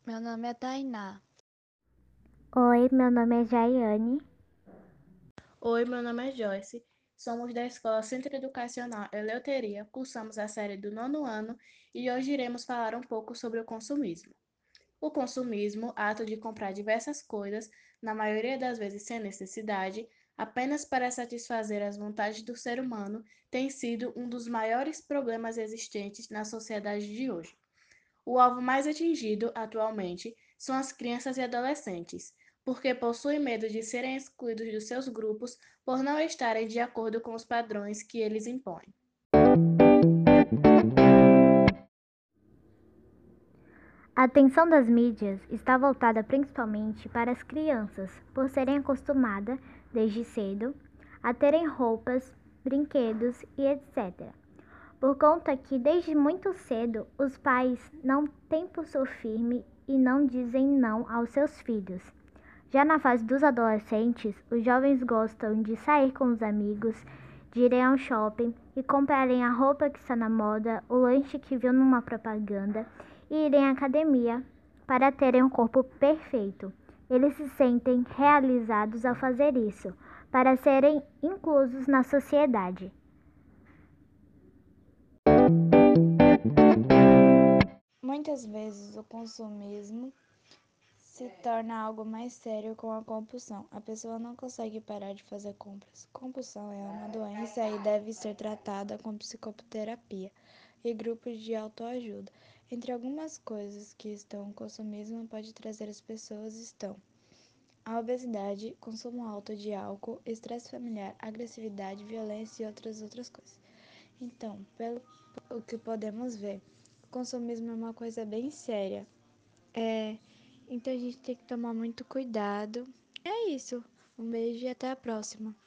Meu nome é Tainá. Oi, meu nome é Jaiane. Oi, meu nome é Joyce. Somos da Escola Centro Educacional Eleuteria, cursamos a série do nono ano e hoje iremos falar um pouco sobre o consumismo. O consumismo, ato de comprar diversas coisas, na maioria das vezes sem necessidade, apenas para satisfazer as vontades do ser humano, tem sido um dos maiores problemas existentes na sociedade de hoje. O alvo mais atingido, atualmente, são as crianças e adolescentes, porque possuem medo de serem excluídos dos seus grupos por não estarem de acordo com os padrões que eles impõem. A atenção das mídias está voltada principalmente para as crianças, por serem acostumadas, desde cedo, a terem roupas, brinquedos e etc. Por conta que, desde muito cedo, os pais não têm pulso firme e não dizem não aos seus filhos. Já na fase dos adolescentes, os jovens gostam de sair com os amigos, de irem ao shopping e comprarem a roupa que está na moda, o lanche que viu numa propaganda e irem à academia para terem um corpo perfeito. Eles se sentem realizados ao fazer isso, para serem inclusos na sociedade. Muitas vezes o consumismo se torna algo mais sério com a compulsão. A pessoa não consegue parar de fazer compras. Compulsão é uma doença e deve ser tratada com psicoterapia e grupos de autoajuda. Entre algumas coisas que o consumismo pode trazer às pessoas estão a obesidade, consumo alto de álcool, estresse familiar, agressividade, violência e outras coisas. Então, pelo o que podemos ver, o consumismo é uma coisa bem séria. Então a gente tem que tomar muito cuidado. É isso. Um beijo e até a próxima.